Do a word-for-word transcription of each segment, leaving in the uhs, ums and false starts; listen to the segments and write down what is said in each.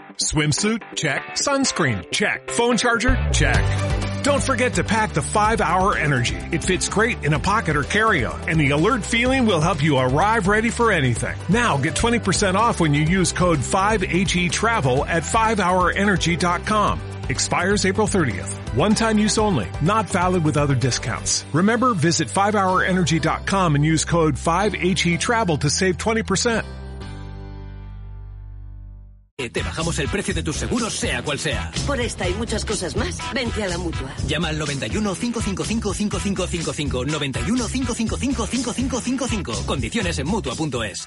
Swimsuit? Check. Sunscreen? Check. Phone charger? Check. Don't forget to pack the five hour Energy. It fits great in a pocket or carry-on, and the alert feeling will help you arrive ready for anything. Now get twenty percent off when you use code five H E travel at five hour energy dot com. Expires April thirtieth. One-time use only. Not valid with other discounts. Remember, visit five hour energy dot com and use code five H E travel to save twenty percent. Te bajamos el precio de tus seguros, sea cual sea. Por esta y muchas cosas más, vente a la Mutua. Llama al noventa y uno, cinco cinco cinco, cinco cinco cinco cinco, noventa y uno, cinco cinco cinco, cinco cinco cinco cinco. Condiciones en Mutua punto es.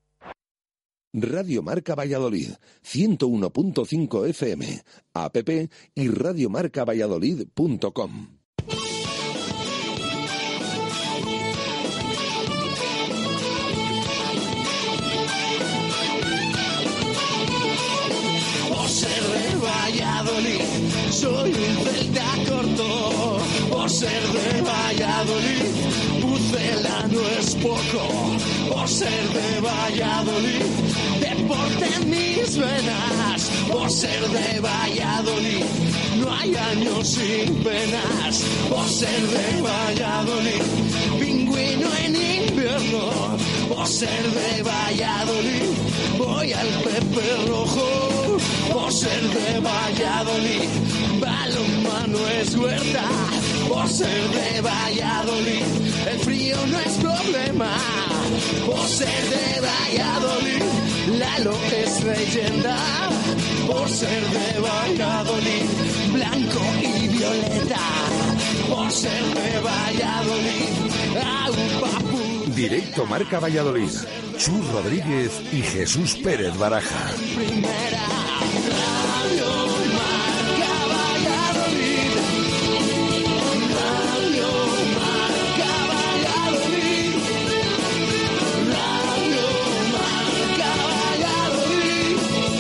Radio Marca Valladolid, ciento uno punto cinco F M, app y radio marca valladolid punto com. Por ser de Valladolid, soy un celta corto. Por ser de Valladolid, Pucela no es poco. Por ser de Valladolid, deporte en mis venas. Por ser de Valladolid, no hay años sin penas. Por ser de Valladolid, pingüino en invierno. Por ser de Valladolid, voy al Pepe Rojo. Por ser de Valladolid, balonmano es huerta. Por ser de Valladolid, el frío no es problema. Por ser de Valladolid, Lalo es leyenda. Por ser de Valladolid, blanco y violeta. Por ser de Valladolid, au papu. Directo Marca Valladolid. Chus Rodríguez y Jesús Pérez Baraja. Primera, Radio Marca Valladolid. Radio Marca Valladolid. Radio Marca Valladolid.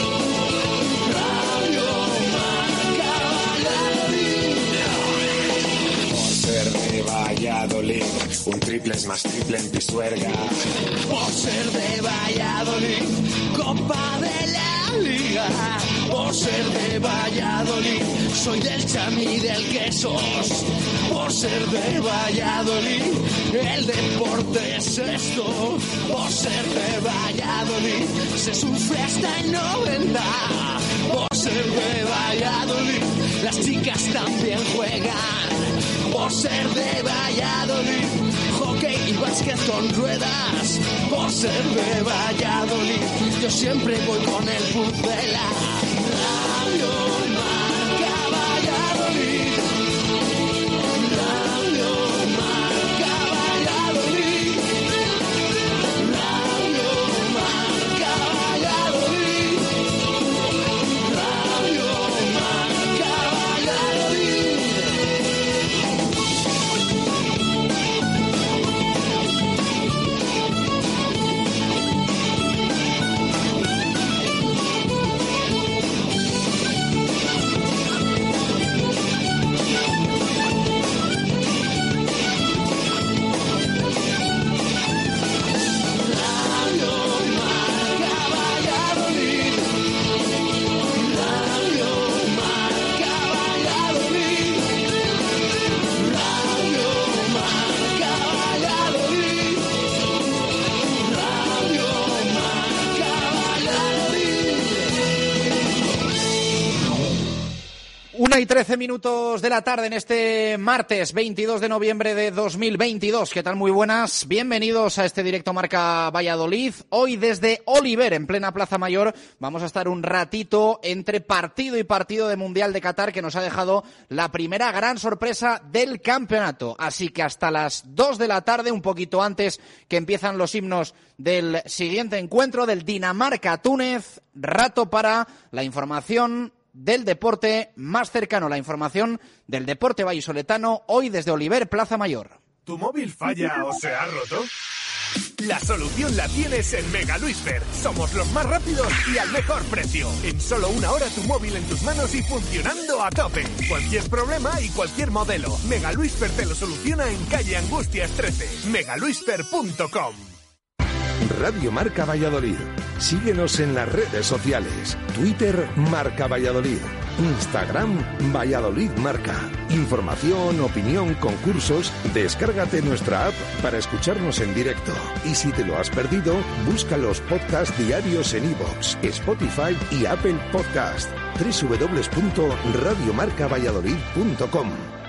Radio Marca Valladolid. Por ser de Valladolid, un triple es más triple en Pisuerga. Por ser de Valladolid, Copa de la Liga. Por ser de Valladolid, soy del Chami del Quesos. Por ser de Valladolid, el deporte es esto. Por ser de Valladolid, se sufre hasta el noventa. Por ser de Valladolid, las chicas también juegan. Por ser de Valladolid, hockey y básquet con ruedas. Por ser de Valladolid, yo siempre voy con el Pucela. Radio Marca Valladolid. Radio Marca Valladolid. Radio Marca Valladolid. Radio Marca Valladolid. Una y trece minutos de la tarde en este martes veintidós de noviembre de dos mil veintidós. ¿Qué tal? Muy buenas. Bienvenidos a este directo Marca Valladolid. Hoy desde Oliver, en plena Plaza Mayor, vamos a estar un ratito entre partido y partido de Mundial de Qatar, que nos ha dejado la primera gran sorpresa del campeonato. Así que hasta las dos de la tarde, un poquito antes que empiezan los himnos del siguiente encuentro, del Dinamarca-Túnez, rato para la información del deporte más cercano, la información del deporte vallisoletano, hoy desde Oliver, Plaza Mayor. ¿Tu móvil falla o se ha roto? La solución la tienes en Mega Luisfer. Somos los más rápidos y al mejor precio. En solo una hora tu móvil en tus manos y funcionando a tope. Cualquier problema y cualquier modelo, Mega Luisfer te lo soluciona en calle Angustias trece. mega luisfer punto com. Radio Marca Valladolid, Síguenos en las redes sociales. Twitter Marca Valladolid. Instagram Valladolid Marca. Información, opinión, concursos. Descárgate nuestra app para escucharnos en directo. Y si te lo has perdido, busca los podcasts diarios en iVoox, Spotify y Apple Podcast. doble u doble u doble u punto radio marca valladolid punto com.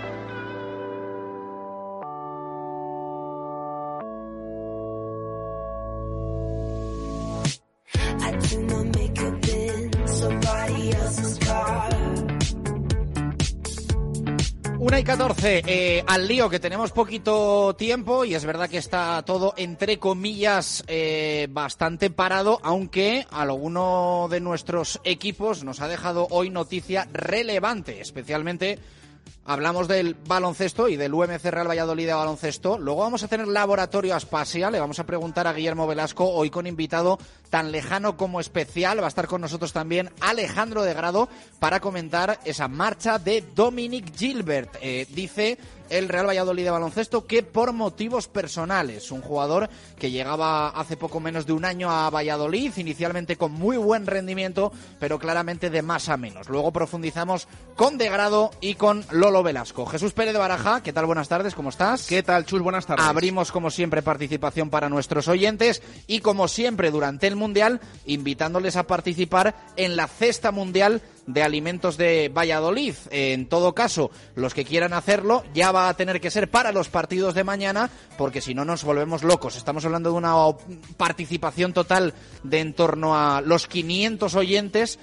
Una y catorce, eh, al lío, que tenemos poquito tiempo y es verdad que está todo, entre comillas, eh, bastante parado, aunque alguno de nuestros equipos nos ha dejado hoy noticia relevante, especialmente hablamos del baloncesto y del U M C Real Valladolid de baloncesto. Luego vamos a tener laboratorio Aspasia, le vamos a preguntar a Guillermo Velasco, hoy con invitado tan lejano como especial. Va a estar con nosotros también Alejandro de Grado para comentar esa marcha de Dominic Gilbert. Eh, dice el Real Valladolid de baloncesto que por motivos personales, un jugador que llegaba hace poco menos de un año a Valladolid, inicialmente con muy buen rendimiento, pero claramente de más a menos. Luego profundizamos con De Grado y con Lolo Velasco. Jesús Pérez de Baraja, ¿qué tal? Buenas tardes, ¿cómo estás? ¿Qué tal, Chus? Buenas tardes. Abrimos, como siempre, participación para nuestros oyentes y, como siempre, durante el Mundial, invitándoles a participar en la cesta mundial de alimentos de Valladolid. En todo caso, los que quieran hacerlo ya va a tener que ser para los partidos de mañana, porque si no nos volvemos locos. Estamos hablando de una participación total de en torno a los quinientos oyentes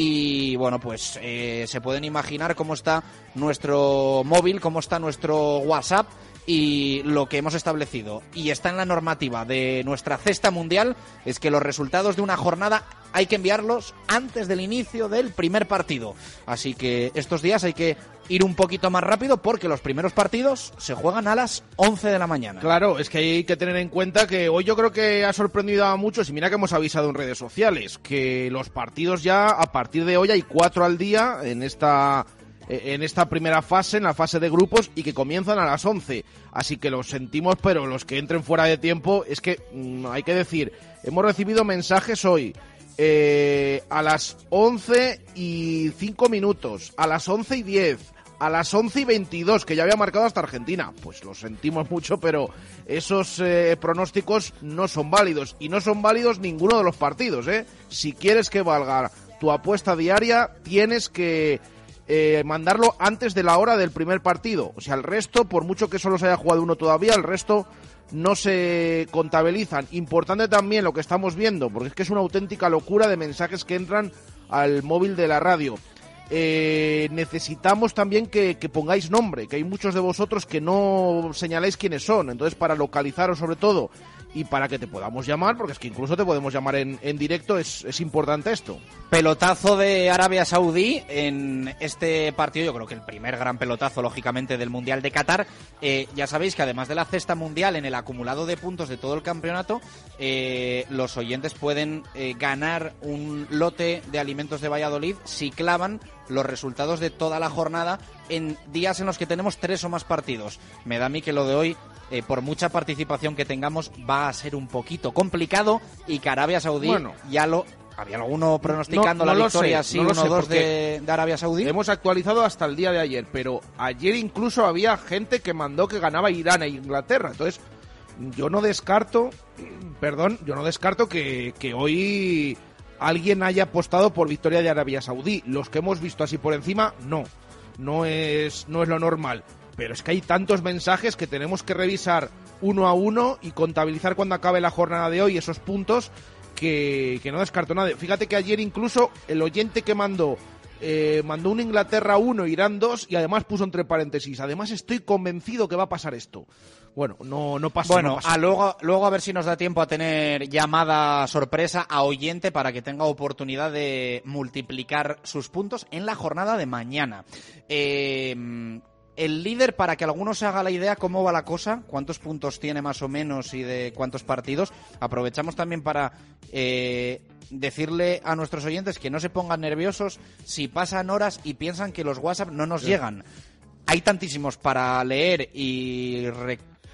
y, bueno, pues eh, se pueden imaginar cómo está nuestro móvil, cómo está nuestro WhatsApp y lo que hemos establecido, y está en la normativa de nuestra cesta mundial, es que los resultados de una jornada hay que enviarlos antes del inicio del primer partido. Así que estos días hay que ir un poquito más rápido porque los primeros partidos se juegan a las once de la mañana. Claro, es que hay que tener en cuenta que hoy yo creo que ha sorprendido a muchos, y mira que hemos avisado en redes sociales, que los partidos ya a partir de hoy hay cuatro al día en esta... en esta primera fase, en la fase de grupos, y que comienzan a las once. Así que lo sentimos, pero los que entren fuera de tiempo, es que mmm, hay que decir, hemos recibido mensajes hoy eh, a las once y cinco minutos, a las once y diez, a las once y veintidós, que ya había marcado hasta Argentina. Pues lo sentimos mucho, pero esos eh, pronósticos no son válidos, y no son válidos ninguno de los partidos, ¿eh? Si quieres que valga tu apuesta diaria, tienes que Eh, mandarlo antes de la hora del primer partido. O sea, el resto, por mucho que solo se haya jugado uno todavía, el resto no se contabilizan. Importante también lo que estamos viendo, porque es que es una auténtica locura de mensajes que entran al móvil de la radio. Eh, necesitamos también que, que pongáis nombre, que hay muchos de vosotros que no señaláis quiénes son. Entonces, para localizaros sobre todo y para que te podamos llamar, porque es que incluso te podemos llamar en, en directo, es, es importante esto. Pelotazo de Arabia Saudí en este partido, yo creo que el primer gran pelotazo, lógicamente, del Mundial de Qatar. Eh, ya sabéis que además de la cesta mundial, en el acumulado de puntos de todo el campeonato, eh, los oyentes pueden eh, ganar un lote de alimentos de Valladolid si clavan los resultados de toda la jornada en días en los que tenemos tres o más partidos. Me da a mí que lo de hoy, eh, por mucha participación que tengamos, va a ser un poquito complicado, y que Arabia Saudí, bueno, ya lo... ¿Había alguno pronosticando no, no la victoria sé, así, no uno o dos sé, de, de Arabia Saudí? Hemos actualizado hasta el día de ayer, pero ayer incluso había gente que mandó que ganaba Irán e Inglaterra. Entonces, yo no descarto, perdón, yo no descarto que, que hoy alguien haya apostado por victoria de Arabia Saudí. Los que hemos visto así por encima, no. No es, no es lo normal. Pero es que hay tantos mensajes que tenemos que revisar uno a uno y contabilizar cuando acabe la jornada de hoy esos puntos, que, que no descarto nada. Fíjate que ayer incluso el oyente que mandó eh, mandó un Inglaterra uno, Irán dos, y además puso entre paréntesis: además estoy convencido que va a pasar esto. Bueno, no, no pasa. Bueno, no pasa. A luego, luego a ver si nos da tiempo a tener llamada sorpresa a oyente para que tenga oportunidad de multiplicar sus puntos en la jornada de mañana. Eh, el líder, para que alguno se haga la idea cómo va la cosa, cuántos puntos tiene más o menos y de cuántos partidos. Aprovechamos también para eh, decirle a nuestros oyentes que no se pongan nerviosos si pasan horas y piensan que los WhatsApp no nos sí. llegan. Hay tantísimos para leer y re-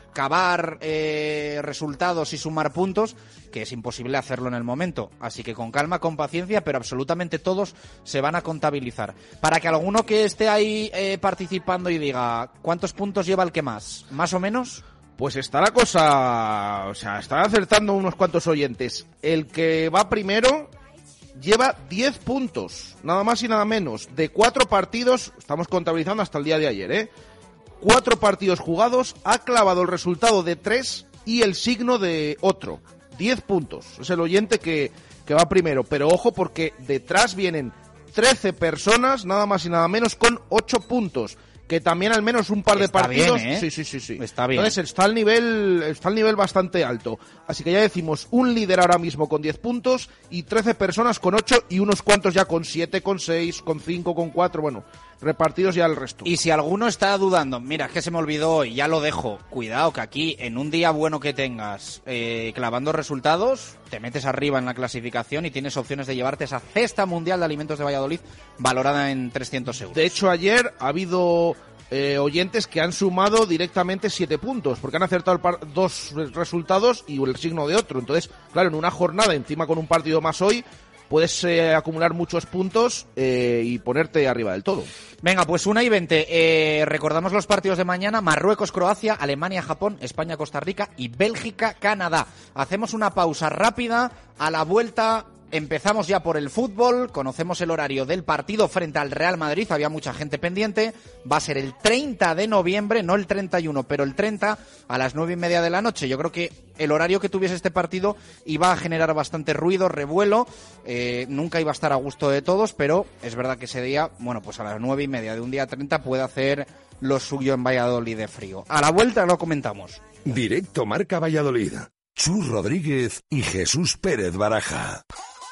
cavar eh, resultados y sumar puntos, que es imposible hacerlo en el momento. Así que con calma, con paciencia, pero absolutamente todos se van a contabilizar. Para que alguno que esté ahí eh, participando y diga, ¿cuántos puntos lleva el que más? ¿Más o menos? Pues está la cosa... O sea, están acertando unos cuantos oyentes. El que va primero lleva diez puntos, nada más y nada menos. De cuatro partidos, estamos contabilizando hasta el día de ayer, ¿eh? Cuatro partidos jugados, ha clavado el resultado de tres y el signo de otro. Diez puntos. Es el oyente que, que va primero. Pero ojo, porque detrás vienen trece personas, nada más y nada menos, con ocho puntos. Que también al menos un par de está partidos... Bien, ¿eh? Sí, sí, sí, sí. Está bien. Entonces está al nivel, está al nivel bastante alto. Así que ya decimos, un líder ahora mismo con diez puntos y trece personas con ocho y unos cuantos ya con siete, con seis, con cinco, con cuatro, bueno, repartidos ya el resto. Y si alguno está dudando, mira, es que se me olvidó hoy, ya lo dejo. Cuidado que aquí, en un día bueno que tengas, eh, clavando resultados, te metes arriba en la clasificación y tienes opciones de llevarte esa cesta mundial de alimentos de Valladolid valorada en trescientos euros. De hecho, ayer ha habido eh, oyentes que han sumado directamente siete puntos, porque han acertado el par- dos resultados y el signo de otro. Entonces, claro, en una jornada, encima con un partido más hoy, puedes eh, acumular muchos puntos eh, y ponerte arriba del todo. Venga, pues una y veinte. Eh, recordamos los partidos de mañana: Marruecos, Croacia, Alemania, Japón, España, Costa Rica y Bélgica, Canadá. Hacemos una pausa rápida. A la vuelta empezamos ya por el fútbol. Conocemos el horario del partido frente al Real Madrid. Había mucha gente pendiente. Va a ser el treinta de noviembre, no el treinta y uno, pero el treinta a las nueve y media de la noche. Yo creo que el horario que tuviese este partido iba a generar bastante ruido, revuelo. Eh, nunca iba a estar a gusto de todos, pero es verdad que ese día, bueno, pues a las nueve y media de un día treinta puede hacer lo suyo en Valladolid de frío. A la vuelta lo comentamos. Directo Marca Valladolid. Chus Rodríguez y Jesús Pérez Baraja.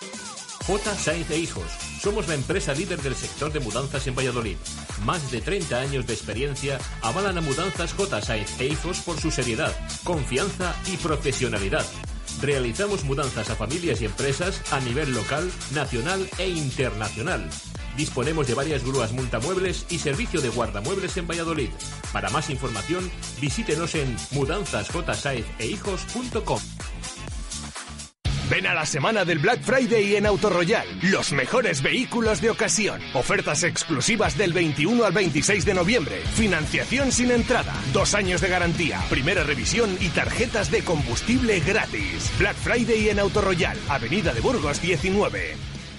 J. Sainz e Hijos. Somos la empresa líder del sector de mudanzas en Valladolid. Más de treinta años de experiencia avalan a Mudanzas J. Sainz e Hijos por su seriedad, confianza y profesionalidad. Realizamos mudanzas a familias y empresas a nivel local, nacional e internacional. Disponemos de varias grúas multamuebles y servicio de guardamuebles en Valladolid. Para más información, visítenos en mudanzas j sainz e hijos punto com. Ven a la semana del Black Friday en Autoroyal. Los mejores vehículos de ocasión. Ofertas exclusivas del veintiuno al veintiséis de noviembre. Financiación sin entrada. Dos años de garantía. Primera revisión y tarjetas de combustible gratis. Black Friday en Autoroyal. Avenida de Burgos diecinueve.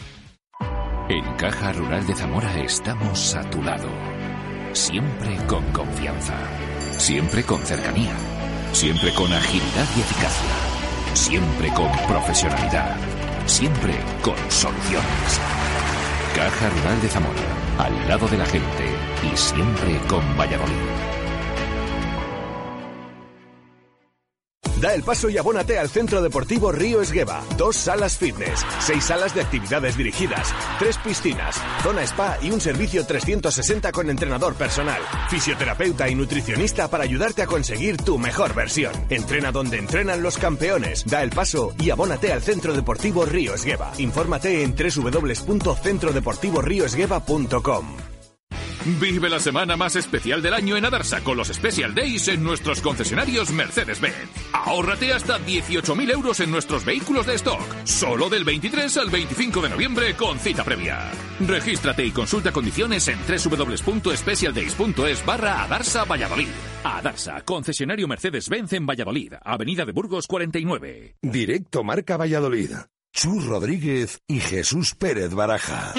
En Caja Rural de Zamora estamos a tu lado. Siempre con confianza. Siempre con cercanía. Siempre con agilidad y eficacia. Siempre con profesionalidad. Siempre con soluciones. Caja Rural de Zamora. Al lado de la gente. Y siempre con Valladolid. Da el paso y abónate al Centro Deportivo Río Esgueva. Dos salas fitness, seis salas de actividades dirigidas, tres piscinas, zona spa y un servicio trescientos sesenta con entrenador personal, fisioterapeuta y nutricionista para ayudarte a conseguir tu mejor versión. Entrena donde entrenan los campeones. Da el paso y abónate al Centro Deportivo Río Esgueva. Infórmate en doble u doble u doble u punto centro deportivo río esgueva punto com. Vive la semana más especial del año en Adarsa con los Special Days en nuestros concesionarios Mercedes-Benz. Ahórrate hasta dieciocho mil euros en nuestros vehículos de stock. Solo del veintitrés al veinticinco de noviembre con cita previa. Regístrate y consulta condiciones en doble u doble u doble u punto special days punto es barra Adarsa Valladolid. Adarsa, concesionario Mercedes-Benz en Valladolid, Avenida de Burgos cuarenta y nueve. Directo Marca Valladolid. Chus Rodríguez y Jesús Pérez Baraja.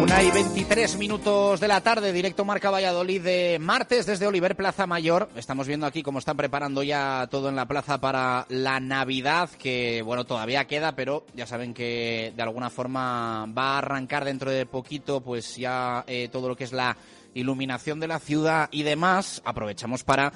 Una y veintitrés minutos de la tarde, directo Marca Valladolid de martes desde Oliver Plaza Mayor. Estamos viendo aquí cómo están preparando ya todo en la plaza para la Navidad, que bueno, todavía queda, pero ya saben que de alguna forma va a arrancar dentro de poquito, pues ya eh, todo lo que es la iluminación de la ciudad y demás. Aprovechamos para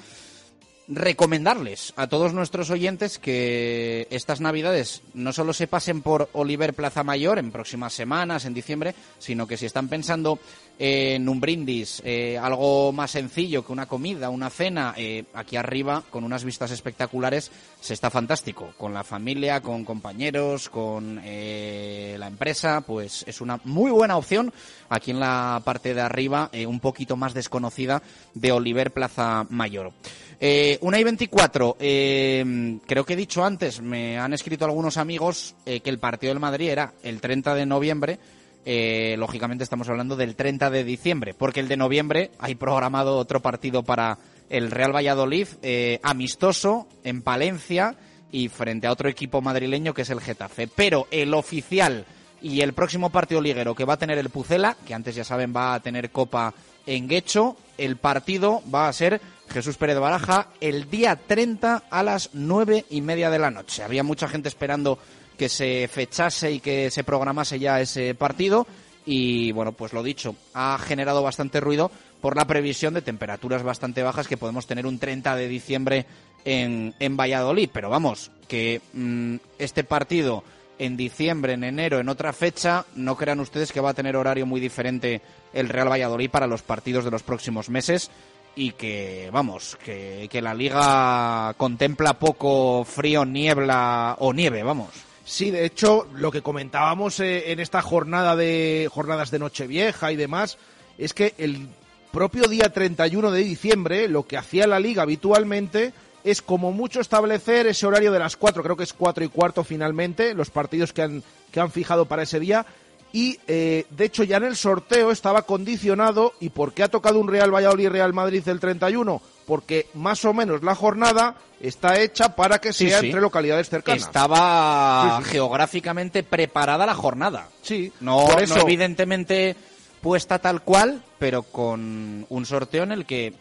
recomendarles a todos nuestros oyentes que estas Navidades no solo se pasen por Oliver Plaza Mayor en próximas semanas, en diciembre, sino que si están pensando en un brindis, eh, algo más sencillo que una comida, una cena, eh, aquí arriba, con unas vistas espectaculares, se está fantástico. Con la familia, con compañeros, con eh, la empresa, pues es una muy buena opción aquí en la parte de arriba, eh, un poquito más desconocida de Oliver Plaza Mayor. Eh, una y veinticuatro, eh, creo que he dicho antes, me han escrito algunos amigos eh, que el partido del Madrid era el treinta de noviembre, eh, lógicamente estamos hablando del treinta de diciembre, porque el de noviembre hay programado otro partido para el Real Valladolid, eh, amistoso en Palencia y frente a otro equipo madrileño que es el Getafe, pero el oficial y el próximo partido liguero que va a tener el Pucela, que antes ya saben va a tener Copa en Guecho, el partido va a ser Jesús Pérez Baraja el día treinta a las nueve y media de la noche. Había mucha gente esperando que se fechase y que se programase ya ese partido y, bueno, pues lo dicho, ha generado bastante ruido por la previsión de temperaturas bastante bajas que podemos tener un treinta de diciembre en, en Valladolid. Pero vamos, que mmm, este partido en diciembre, en enero, en otra fecha, no crean ustedes que va a tener horario muy diferente el Real Valladolid para los partidos de los próximos meses y que, vamos, que, que la Liga contempla poco frío, niebla o nieve, vamos. Sí, de hecho, lo que comentábamos eh, en esta jornada de jornadas de Nochevieja y demás, es que el propio día treinta y uno de diciembre, lo que hacía la Liga habitualmente es como mucho establecer ese horario de las cuatro, creo que es cuatro y cuarto finalmente, los partidos que han, que han fijado para ese día, y eh, de hecho ya en el sorteo estaba condicionado. ¿Y por qué ha tocado un Real Valladolid-Real Madrid el treinta y uno? Porque más o menos la jornada está hecha para que sea sí, sí. entre localidades cercanas. Estaba sí, sí. geográficamente preparada la jornada. Sí, no, por eso... no evidentemente puesta tal cual, pero con un sorteo en el que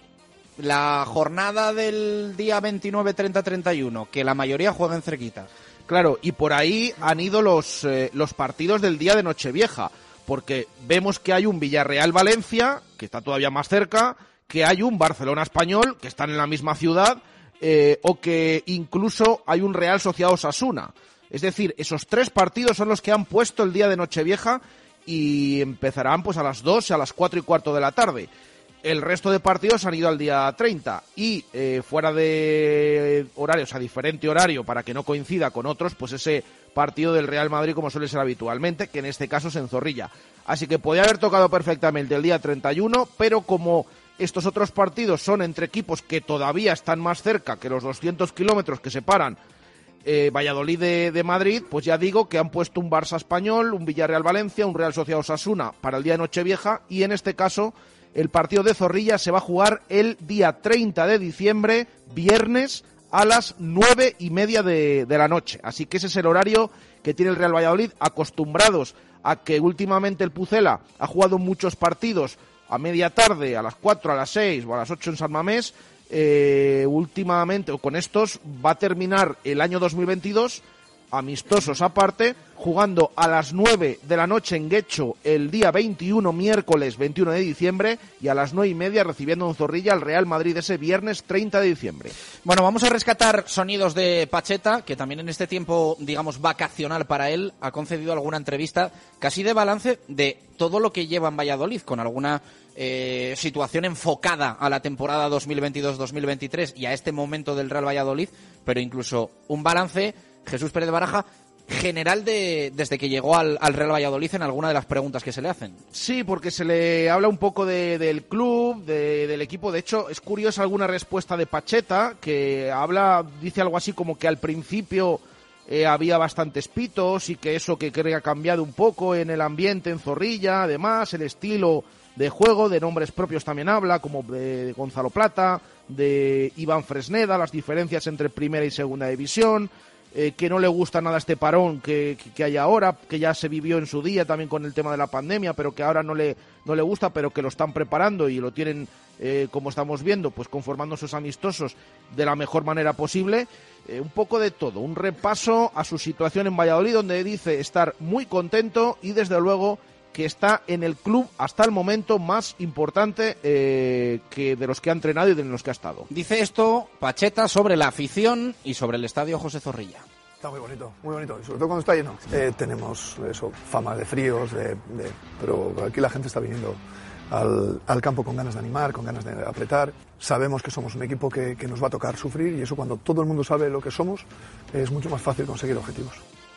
la jornada del día veintinueve, treinta, treinta y uno, que la mayoría juegan cerquita. Claro, y por ahí han ido los, eh, los partidos del día de Nochevieja, porque vemos que hay un Villarreal-Valencia, que está todavía más cerca, que hay un Barcelona-Español, que están en la misma ciudad, eh, o que incluso hay un Real Sociedad-Osasuna. Es decir, esos tres partidos son los que han puesto el día de Nochevieja y empezarán pues a las dos, a las cuatro y cuarto de la tarde. El resto de partidos han ido al día treinta y eh, fuera de horarios, a diferente horario para que no coincida con otros, pues ese partido del Real Madrid como suele ser habitualmente, que en este caso es en Zorrilla. Así que podía haber tocado perfectamente el día treinta y uno, pero como estos otros partidos son entre equipos que todavía están más cerca que los doscientos kilómetros que separan eh, Valladolid de, de Madrid, pues ya digo que han puesto un Barça Español, un Villarreal Valencia, un Real Sociedad Osasuna para el día de Nochevieja y en este caso el partido de Zorrilla se va a jugar el día treinta de diciembre, viernes, a las nueve y media de, de la noche. Así que ese es el horario que tiene el Real Valladolid, acostumbrados a que últimamente el Pucela ha jugado muchos partidos a media tarde, a las cuatro, a las seis o a las ocho en San Mamés. Eh, últimamente, o con estos, va a terminar el año dos mil veintidós, amistosos aparte, jugando a las nueve de la noche en Guecho el día veintiuno, miércoles veintiuno de diciembre, y a las nueve y media recibiendo en Zorrilla al Real Madrid ese viernes treinta de diciembre. Bueno, vamos a rescatar sonidos de Pacheta, que también en este tiempo, digamos, vacacional para él, ha concedido alguna entrevista casi de balance de todo lo que lleva en Valladolid, con alguna eh, situación enfocada a la temporada dos mil veintidós dos mil veintitrés y a este momento del Real Valladolid, pero incluso un balance, Jesús Pérez Baraja, general de desde que llegó al, al Real Valladolid en alguna de las preguntas que se le hacen. Sí, porque se le habla un poco de, del club, de, del equipo. De hecho, es curiosa alguna respuesta de Pacheta, que habla, dice algo así como que al principio eh, había bastantes pitos y que eso que creo que ha cambiado un poco en el ambiente en Zorrilla, además, el estilo de juego, de nombres propios también habla, como de Gonzalo Plata, de Iván Fresneda, las diferencias entre primera y segunda división. eh, que no le gusta nada este parón que, que, que hay ahora, que ya se vivió en su día también con el tema de la pandemia, pero que ahora no le, no le gusta, pero que lo están preparando y lo tienen, eh, como estamos viendo, pues conformando sus amistosos de la mejor manera posible. Eh, un poco de todo, un repaso a su situación en Valladolid, donde dice estar muy contento y desde luego que está en el club hasta el momento más importante eh, que de los que ha entrenado y de los que ha estado. Dice esto Pacheta sobre la afición y sobre el estadio José Zorrilla. Está muy bonito, muy bonito, y sobre todo cuando está lleno. Eh, tenemos eso, fama de fríos, de, de, pero aquí la gente está viniendo al, al campo con ganas de animar, con ganas de apretar. Sabemos que somos un equipo que, que nos va a tocar sufrir, y eso, cuando todo el mundo sabe lo que somos, es mucho más fácil conseguir objetivos.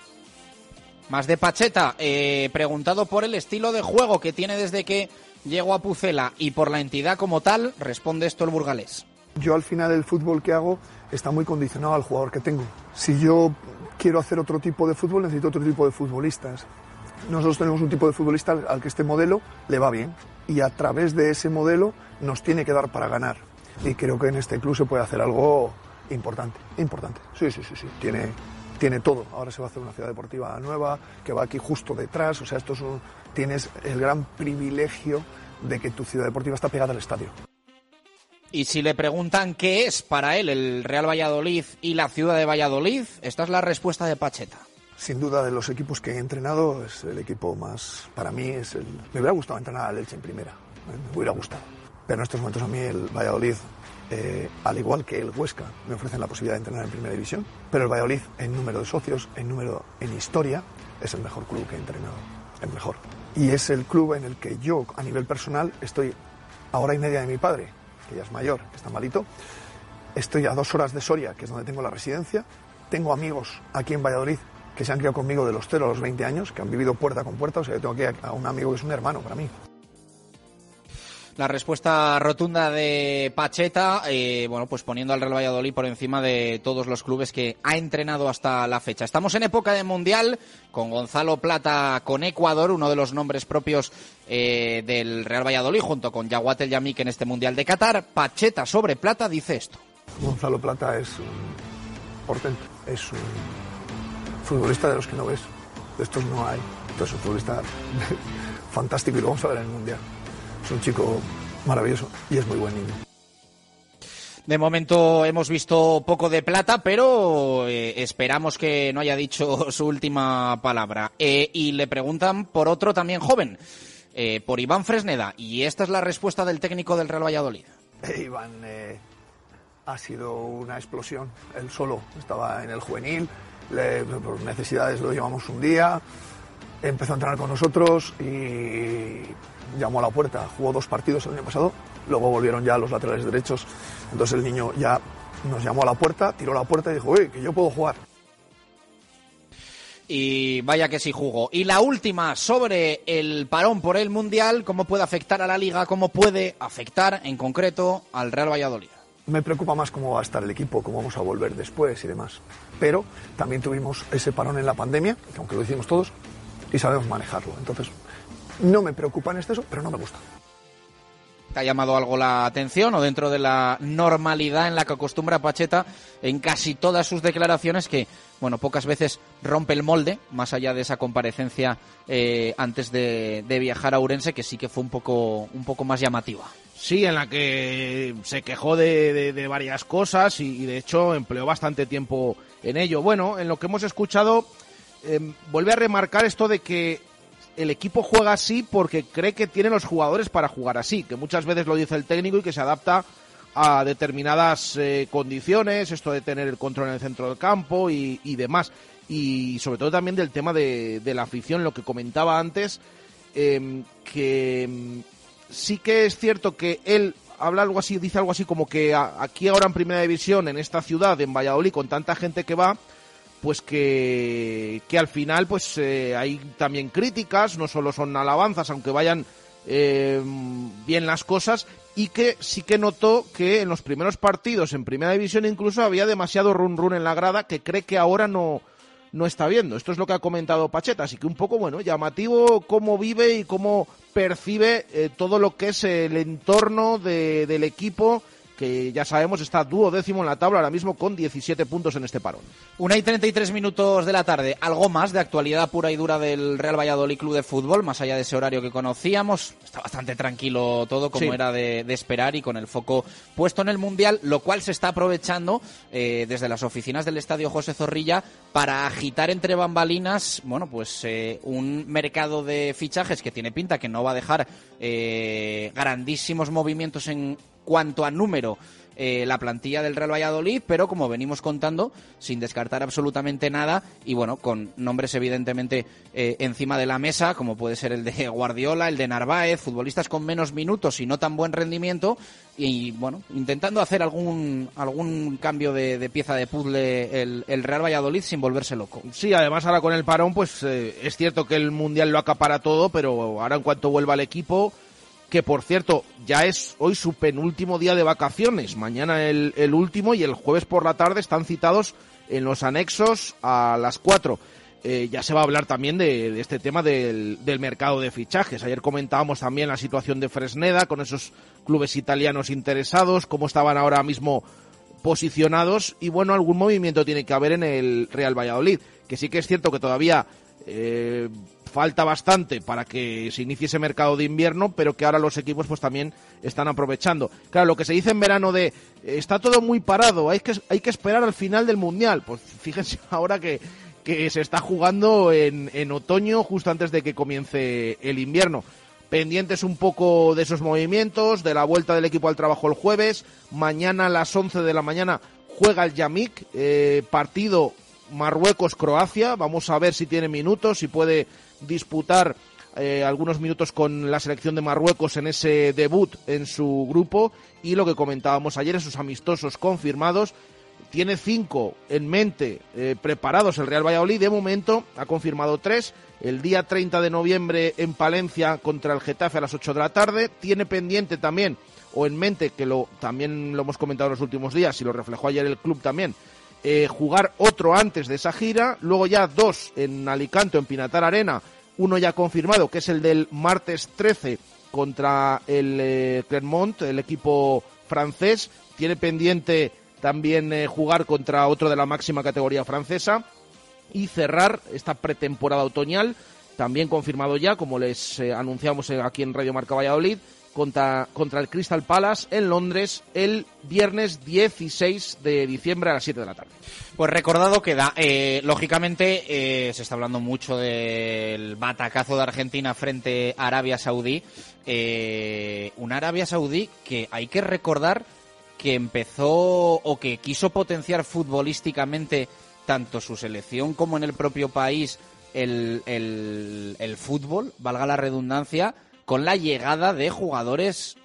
Más de Pacheta, eh, preguntado por el estilo de juego que tiene desde que llegó a Pucela y por la entidad como tal, responde esto el burgalés. Yo al final el fútbol que hago está muy condicionado al jugador que tengo. Si yo quiero hacer otro tipo de fútbol, necesito otro tipo de futbolistas. Nosotros tenemos un tipo de futbolista al que este modelo le va bien, y a través de ese modelo nos tiene que dar para ganar. Y creo que en este club se puede hacer algo importante, importante. Sí, sí, sí, sí. Tiene, tiene todo. Ahora se va a hacer una ciudad deportiva nueva, que va aquí justo detrás. O sea, esto es un, tienes el gran privilegio de que tu ciudad deportiva está pegada al estadio. Y si le preguntan qué es para él el Real Valladolid y la ciudad de Valladolid, esta es la respuesta de Pacheta. Sin duda, de los equipos que he entrenado, es el equipo más, para mí, es el... Me hubiera gustado entrenar al Elche en primera, me hubiera gustado. Pero en estos momentos a mí el Valladolid, eh, al igual que el Huesca, me ofrecen la posibilidad de entrenar en primera división. Pero el Valladolid, en número de socios, en número, en historia, es el mejor club que he entrenado, el mejor. Y es el club en el que yo, a nivel personal, estoy a hora y media de mi padre, que ya es mayor, que está malito. Estoy a dos horas de Soria, que es donde tengo la residencia. Tengo amigos aquí en Valladolid que se han criado conmigo de los cero a los veinte años, que han vivido puerta con puerta. O sea, yo tengo aquí a un amigo que es un hermano para mí. La respuesta rotunda de Pacheta, eh, bueno, pues poniendo al Real Valladolid por encima de todos los clubes que ha entrenado hasta la fecha. Estamos en época de Mundial, con Gonzalo Plata con Ecuador, uno de los nombres propios eh, del Real Valladolid, junto con Yaguat El Yamik en este Mundial de Qatar. Pacheta sobre Plata dice esto. Gonzalo Plata es un portento, es un futbolista de los que no ves. De estos no hay. Entonces es un futbolista fantástico, y lo vamos a ver en el Mundial. Es un chico maravilloso y es muy buen niño. De momento hemos visto poco de Plata, pero eh, esperamos que no haya dicho su última palabra. Eh, y le preguntan por otro también joven, eh, por Iván Fresneda, y esta es la respuesta del técnico del Real Valladolid. Eh, Iván eh, ha sido una explosión. Él solo estaba en el juvenil, le, por necesidades lo llevamos un día, empezó a entrenar con nosotros y llamó a la puerta. Jugó dos partidos el año pasado, luego volvieron ya los laterales derechos. Entonces el niño ya nos llamó a la puerta, tiró la puerta y dijo, oye, que yo puedo jugar. Y vaya que sí jugó. Y la última sobre el parón por el Mundial, cómo puede afectar a la Liga, cómo puede afectar en concreto al Real Valladolid. Me preocupa más cómo va a estar el equipo, cómo vamos a volver después y demás. Pero también tuvimos ese parón en la pandemia, que aunque lo hicimos todos, y sabemos manejarlo. Entonces, no me preocupa en exceso, pero no me gusta. ¿Te ha llamado algo la atención, o dentro de la normalidad en la que acostumbra Pacheta en casi todas sus declaraciones, que, bueno, pocas veces rompe el molde, más allá de esa comparecencia eh, antes de, de viajar a Ourense, que sí que fue un poco, un poco más llamativa? Sí, en la que se quejó de, de, de varias cosas y, y de hecho empleó bastante tiempo en ello. Bueno, en lo que hemos escuchado, eh, vuelve a remarcar esto de que el equipo juega así porque cree que tiene los jugadores para jugar así, que muchas veces lo dice el técnico y que se adapta a determinadas eh, condiciones, esto de tener el control en el centro del campo y, y demás. Y sobre todo también del tema de, de la afición, lo que comentaba antes, eh, que sí que es cierto que él habla algo así, dice algo así como que a, aquí ahora en Primera División, en esta ciudad, en Valladolid, con tanta gente que va, pues que, que al final pues eh, hay también críticas, no solo son alabanzas, aunque vayan eh, bien las cosas, y que sí que notó que en los primeros partidos en Primera División incluso había demasiado run run en la grada, que cree que ahora no, no está viendo. Esto es lo que ha comentado Pacheta, así que un poco, bueno, llamativo cómo vive y cómo percibe eh, todo lo que es el entorno de, del equipo que ya sabemos está duodécimo en la tabla ahora mismo con diecisiete puntos en este parón. Una y treinta y tres minutos de la tarde. Algo más de actualidad pura y dura del Real Valladolid Club de Fútbol, más allá de ese horario que conocíamos. Está bastante tranquilo todo, como sí. era de, de esperar, y con el foco puesto en el Mundial, lo cual se está aprovechando eh, desde las oficinas del Estadio José Zorrilla para agitar entre bambalinas, bueno, pues eh, un mercado de fichajes que tiene pinta que no va a dejar eh, grandísimos movimientos en cuanto a número eh, la plantilla del Real Valladolid, pero como venimos contando, sin descartar absolutamente nada, y bueno, con nombres evidentemente eh, encima de la mesa, como puede ser el de Guardiola, el de Narváez, futbolistas con menos minutos y no tan buen rendimiento, y bueno, intentando hacer algún algún cambio de, de pieza de puzzle el, el Real Valladolid sin volverse loco. Sí, además ahora con el parón, pues eh, es cierto que el Mundial lo acapara todo, pero ahora en cuanto vuelva el equipo, que por cierto, ya es hoy su penúltimo día de vacaciones, mañana el, el último, y el jueves por la tarde están citados en los anexos a las cuatro. Eh, ya se va a hablar también de, de este tema del, del mercado de fichajes. Ayer comentábamos también la situación de Fresneda con esos clubes italianos interesados, cómo estaban ahora mismo posicionados, y bueno, algún movimiento tiene que haber en el Real Valladolid, que sí que es cierto que todavía eh, falta bastante para que se inicie ese mercado de invierno, pero que ahora los equipos pues también están aprovechando. Claro, lo que se dice en verano de eh, está todo muy parado, hay que hay que esperar al final del Mundial, pues fíjense ahora que, que se está jugando en, en otoño, justo antes de que comience el invierno. Pendientes un poco de esos movimientos, de la vuelta del equipo al trabajo el jueves. Mañana a las once de la mañana juega el Yamik, eh, partido Marruecos-Croacia. Vamos a ver si tiene minutos, si puede disputar eh, algunos minutos con la selección de Marruecos en ese debut en su grupo. Y lo que comentábamos ayer, esos amistosos confirmados. Tiene cinco en mente eh, preparados el Real Valladolid. De momento ha confirmado tres. El día treinta de noviembre en Palencia contra el Getafe a las ocho de la tarde. Tiene pendiente también, o en mente, que lo también lo hemos comentado en los últimos días y lo reflejó ayer el club también, eh, jugar otro antes de esa gira. Luego ya dos en Alicante o en Pinatar Arena. Uno ya confirmado, que es el del martes trece contra el eh, Clermont, el equipo francés. Tiene pendiente también eh, jugar contra otro de la máxima categoría francesa y cerrar esta pretemporada otoñal, también confirmado ya, como les eh, anunciamos aquí en Radio Marca Valladolid, contra, contra el Crystal Palace en Londres el viernes dieciséis de diciembre a las siete de la tarde. Pues recordado queda, eh, lógicamente eh, se está hablando mucho del batacazo de Argentina frente a Arabia Saudí, eh, una Arabia Saudí que hay que recordar que empezó o que quiso potenciar futbolísticamente tanto su selección como en el propio país el, el, el fútbol, valga la redundancia, con la llegada de jugadores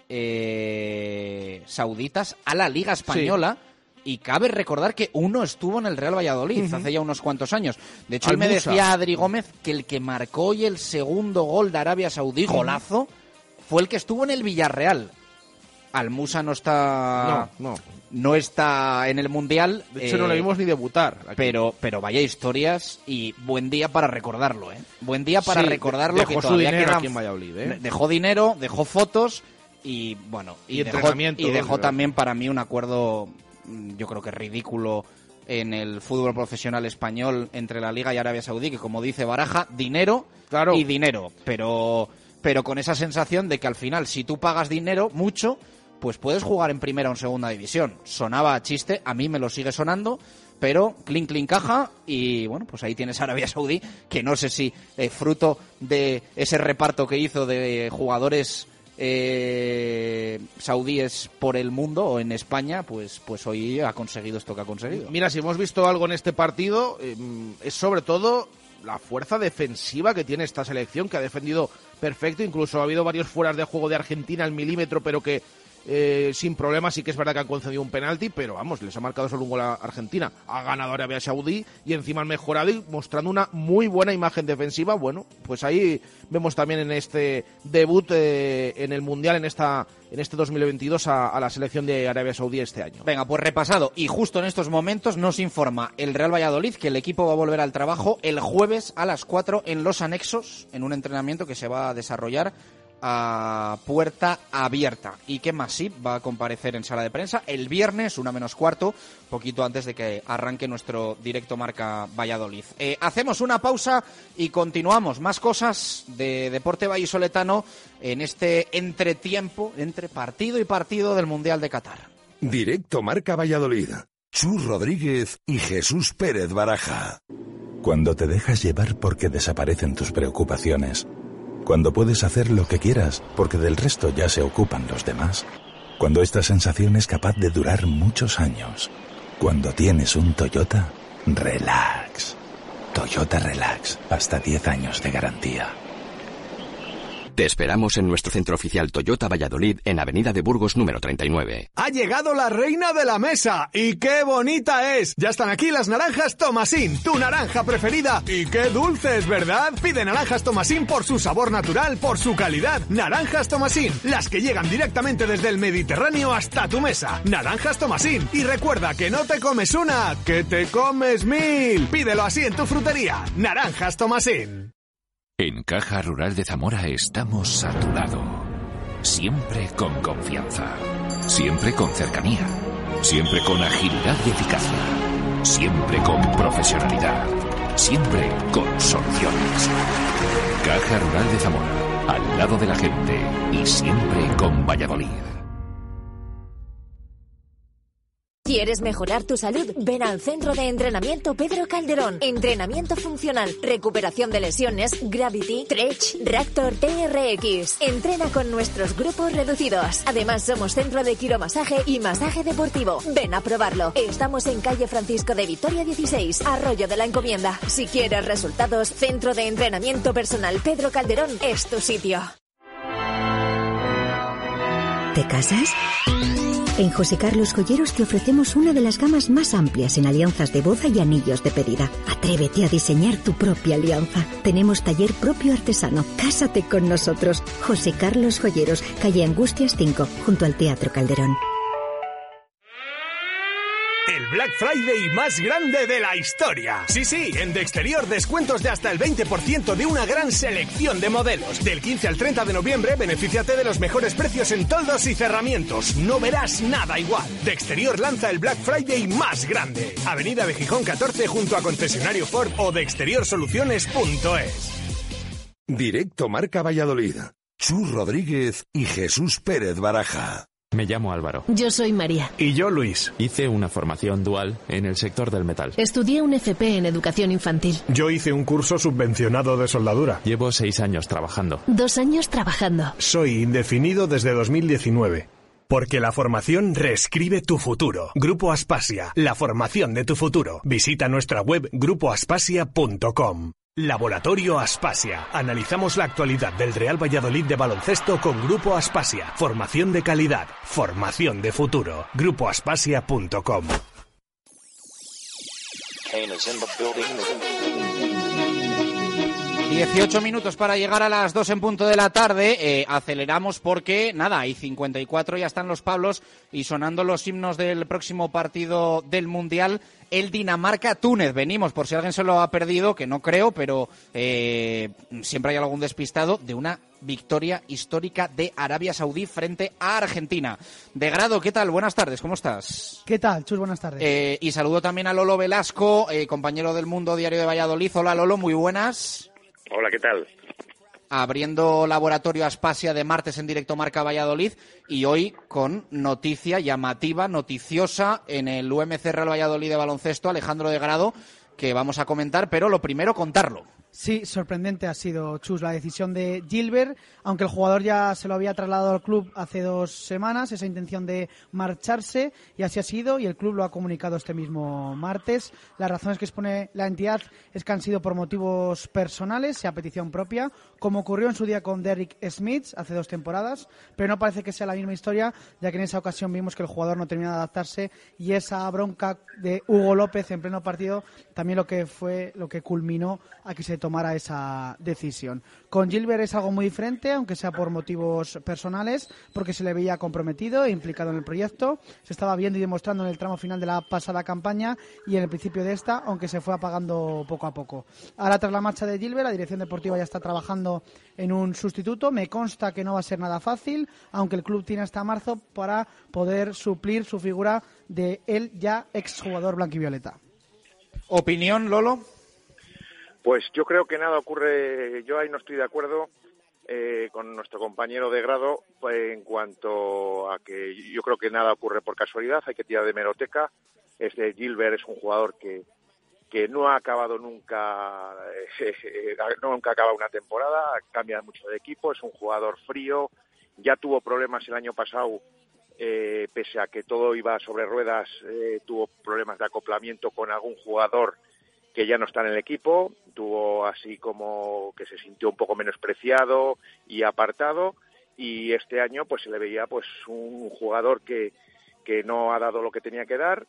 eh, sauditas a la Liga Española. Sí. Y cabe recordar que uno estuvo en el Real Valladolid uh-huh. hace ya unos cuantos años. De hecho, él me decía Adri Gómez que el que marcó hoy el segundo gol de Arabia Saudí, uh-huh. golazo, fue el que estuvo en el Villarreal. Al-Musa no está no, no. no está en el Mundial. De hecho, eh, no le vimos ni debutar. Aquí. Pero pero vaya historias y buen día para recordarlo, ¿eh? Buen día para sí, recordarlo. Dejó que su todavía dinero quedan, aquí en Valladolid, ¿eh? Dejó dinero, dejó fotos y bueno y, y dejó, entrenamiento. Y dejó también para mí un acuerdo, yo creo que ridículo en el fútbol profesional español entre la Liga y Arabia Saudí, que como dice Baraja, dinero claro. y dinero, pero pero con esa sensación de que al final si tú pagas dinero mucho, pues puedes jugar en primera o en segunda división. Sonaba a chiste, a mí me lo sigue sonando, pero clink, clink, caja, y bueno, pues ahí tienes a Arabia Saudí, que no sé si eh, fruto de ese reparto que hizo de jugadores eh, saudíes por el mundo o en España, pues, pues hoy ha conseguido esto que ha conseguido. Mira, si hemos visto algo en este partido, eh, es sobre todo la fuerza defensiva que tiene esta selección, que ha defendido perfecto, incluso ha habido varios fueras de juego de Argentina al milímetro, pero que Eh, sin problemas. Sí que es verdad que han concedido un penalti, pero vamos, les ha marcado solo un gol a Argentina. Ha ganado Arabia Saudí y encima han mejorado y mostrando una muy buena imagen defensiva. Bueno, pues ahí vemos también en este debut eh, en el Mundial, en esta en este dos mil veintidós a, a la selección de Arabia Saudí este año. Venga, pues repasado. Y justo en estos momentos nos informa el Real Valladolid que el equipo va a volver al trabajo el jueves a las cuatro en los anexos, en un entrenamiento que se va a desarrollar a puerta abierta. Y que Masip va a comparecer en sala de prensa el viernes, una menos cuarto, poquito antes de que arranque nuestro directo Marca Valladolid. Eh, hacemos una pausa y continuamos. Más cosas de deporte vallisoletano en este entretiempo entre partido y partido del Mundial de Qatar. Directo Marca Valladolid. Chus Rodríguez y Jesús Pérez Baraja. Cuando te dejas llevar porque desaparecen tus preocupaciones. Cuando puedes hacer lo que quieras porque del resto ya se ocupan los demás. Cuando esta sensación es capaz de durar muchos años. Cuando tienes un Toyota, relax. Toyota Relax, hasta diez años de garantía. Te esperamos en nuestro centro oficial Toyota Valladolid en Avenida de Burgos número treinta y nueve. Ha llegado la reina de la mesa y qué bonita es. Ya están aquí las naranjas Tomasín, tu naranja preferida. Y qué dulces, ¿verdad? Pide naranjas Tomasín por su sabor natural, por su calidad. Naranjas Tomasín, las que llegan directamente desde el Mediterráneo hasta tu mesa. Naranjas Tomasín. Y recuerda que no te comes una, que te comes mil. Pídelo así en tu frutería. Naranjas Tomasín. En Caja Rural de Zamora estamos a tu lado. Siempre con confianza. Siempre con cercanía. Siempre con agilidad y eficacia. Siempre con profesionalidad. Siempre con soluciones. Caja Rural de Zamora. Al lado de la gente. Y siempre con Valladolid. ¿Quieres mejorar tu salud? Ven al Centro de Entrenamiento Pedro Calderón. Entrenamiento funcional, recuperación de lesiones, Gravity, Stretch, Reactor T R X. Entrena con nuestros grupos reducidos. Además, somos centro de quiromasaje y masaje deportivo. Ven a probarlo. Estamos en calle Francisco de Vitoria dieciséis, Arroyo de la Encomienda. Si quieres resultados, Centro de Entrenamiento Personal Pedro Calderón es tu sitio. ¿Te casas? En José Carlos Joyeros te ofrecemos una de las gamas más amplias en alianzas de boda y anillos de pedida. Atrévete a diseñar tu propia alianza. Tenemos taller propio artesano. Cásate con nosotros. José Carlos Joyeros, calle Angustias cinco, junto al Teatro Calderón. El Black Friday más grande de la historia. Sí, sí, en De Exterior descuentos de hasta el veinte por ciento de una gran selección de modelos. Del quince al treinta de noviembre, benefíciate de los mejores precios en toldos y cerramientos. No verás nada igual. De Exterior lanza el Black Friday más grande. Avenida de Gijón catorce junto a concesionario Ford o de exterior soluciones punto es. Directo Marca Valladolid. Chus Rodríguez y Jesús Pérez Baraja. Me llamo Álvaro. Yo soy María. Y yo Luis. Hice una formación dual en el sector del metal. Estudié un F P en educación infantil. Yo hice un curso subvencionado de soldadura. Llevo seis años trabajando. Dos años trabajando. Soy indefinido desde dos mil diecinueve. Porque la formación reescribe tu futuro. Grupo Aspasia, la formación de tu futuro. Visita nuestra web grupo aspasia punto com. Laboratorio Aspasia. Analizamos la actualidad del Real Valladolid de baloncesto con Grupo Aspasia. Formación de calidad. Formación de futuro. grupo aspasia punto com. dieciocho minutos para llegar a las dos en punto de la tarde. Eh, aceleramos porque, nada, hay cincuenta y cuatro, ya están los Pablos y sonando los himnos del próximo partido del Mundial, el Dinamarca-Túnez. Venimos, por si alguien se lo ha perdido, que no creo, pero eh, siempre hay algún despistado, de una victoria histórica de Arabia Saudí frente a Argentina. De Grado, ¿qué tal? Buenas tardes, ¿cómo estás? ¿Qué tal, Chus? Buenas tardes. Eh, y saludo también a Lolo Velasco, eh, compañero del Mundo Diario de Valladolid. Hola, Lolo, muy buenas. Hola, ¿qué tal? Abriendo Laboratorio Aspasia de martes en directo Marca Valladolid y hoy con noticia llamativa, noticiosa en el U M C Real Valladolid de baloncesto, Alejandro de Grado, que vamos a comentar, pero lo primero contarlo. Sí, sorprendente ha sido, Chus, la decisión de Gilbert, aunque el jugador ya se lo había trasladado al club hace dos semanas, esa intención de marcharse, y así ha sido, y el club lo ha comunicado este mismo martes. Las razones que expone la entidad es que han sido por motivos personales, sea petición propia, como ocurrió en su día con Derrick Smith hace dos temporadas, pero no parece que sea la misma historia, ya que en esa ocasión vimos que el jugador no termina de adaptarse, y esa bronca de Hugo López en pleno partido también lo que fue lo que culminó a que se tomara esa decisión. Con Gilbert es algo muy diferente, aunque sea por motivos personales, porque se le veía comprometido e implicado en el proyecto. Se estaba viendo y demostrando en el tramo final de la pasada campaña y en el principio de esta, aunque se fue apagando poco a poco. Ahora, tras la marcha de Gilbert, la dirección deportiva ya está trabajando en un sustituto. Me consta que no va a ser nada fácil, aunque el club tiene hasta marzo para poder suplir su figura de el ya exjugador blanquivioleta. ¿Opinión, Lolo? Pues yo creo que nada ocurre, yo ahí no estoy de acuerdo eh, con nuestro compañero de grado pues, en cuanto a que yo creo que nada ocurre por casualidad, hay que tirar de hemeroteca. Este Gilbert es un jugador que, que no ha acabado nunca, eh, eh, nunca ha acabado una temporada, cambia mucho de equipo, es un jugador frío, ya tuvo problemas el año pasado, eh, pese a que todo iba sobre ruedas, eh, tuvo problemas de acoplamiento con algún jugador que ya no está en el equipo, tuvo así como que se sintió un poco menospreciado y apartado, y este año pues se le veía pues un jugador que, que no ha dado lo que tenía que dar,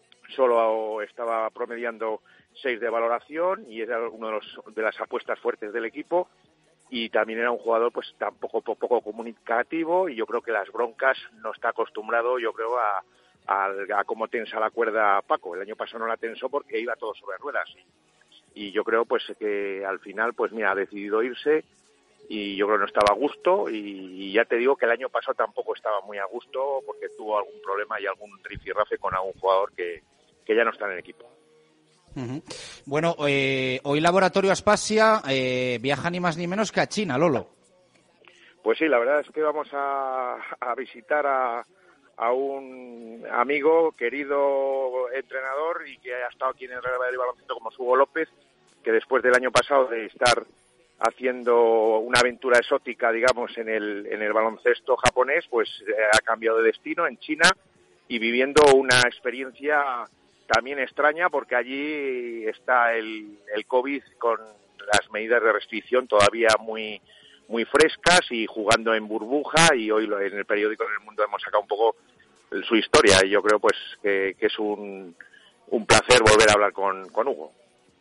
solo estaba promediando seis de valoración y era uno de, los, de las apuestas fuertes del equipo, y también era un jugador pues tampoco poco, poco comunicativo, y yo creo que las broncas no está acostumbrado, yo creo, a A, a cómo tensa la cuerda Paco. El año pasado no la tensó porque iba todo sobre ruedas y, y yo creo pues que al final pues mira ha decidido irse y yo creo que no estaba a gusto y, y ya te digo que el año pasado tampoco estaba muy a gusto porque tuvo algún problema y algún rifirrafe con algún jugador que, que ya no está en el equipo. Uh-huh. Bueno, eh, hoy Laboratorio Aspasia eh, viaja ni más ni menos que a China, Lolo. Pues sí, la verdad es que vamos a, a visitar a a un amigo, querido entrenador y que ha estado aquí en el Real Valladolid Baloncesto como Hugo López, que después del año pasado de estar haciendo una aventura exótica, digamos, en el en el baloncesto japonés, pues eh, ha cambiado de destino en China y viviendo una experiencia también extraña porque allí está el, el COVID con las medidas de restricción todavía muy muy frescas y jugando en burbuja, y hoy en el periódico En el Mundo hemos sacado un poco su historia y yo creo pues que, que es un, un placer volver a hablar con, con Hugo.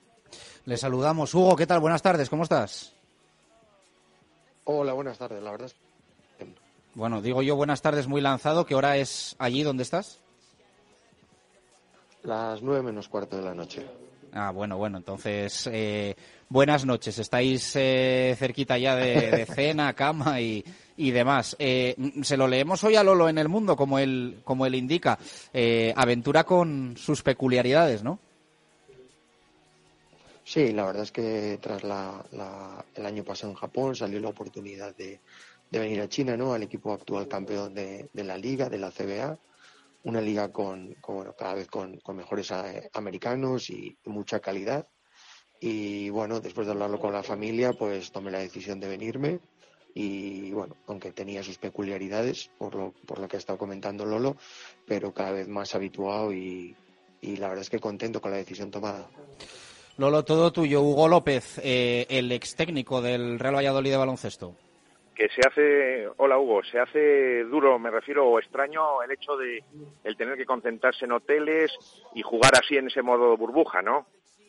Le saludamos. Hugo, ¿qué tal? Buenas tardes, ¿cómo estás? Hola, buenas tardes, la verdad es que... Bueno, digo yo buenas tardes muy lanzado, ¿qué hora es allí donde estás? Las nueve menos cuarto de la noche. Ah, bueno, bueno, entonces eh, buenas noches, estáis eh, cerquita ya de, de cena, cama y, y demás. Eh, se lo leemos hoy a Lolo en El Mundo, como él, como él indica, eh, aventura con sus peculiaridades, ¿no? Sí, la verdad es que tras la, la, el año pasado en Japón salió la oportunidad de, de venir a China, ¿no? Al equipo actual campeón de, de la liga, de la C B A. Una liga con, con bueno, cada vez con, con mejores eh, americanos y, y mucha calidad. Y bueno, después de hablarlo con la familia, pues tomé la decisión de venirme. Y bueno, aunque tenía sus peculiaridades, por lo, por lo que ha estado comentando Lolo, pero cada vez más habituado y, y la verdad es que contento con la decisión tomada. Lolo, todo tuyo. Hugo López, eh, el ex técnico del Real Valladolid de baloncesto. Que se hace, hola Hugo, se hace duro, me refiero, o extraño el hecho de el tener que concentrarse en hoteles y jugar así en ese modo burbuja, ¿no?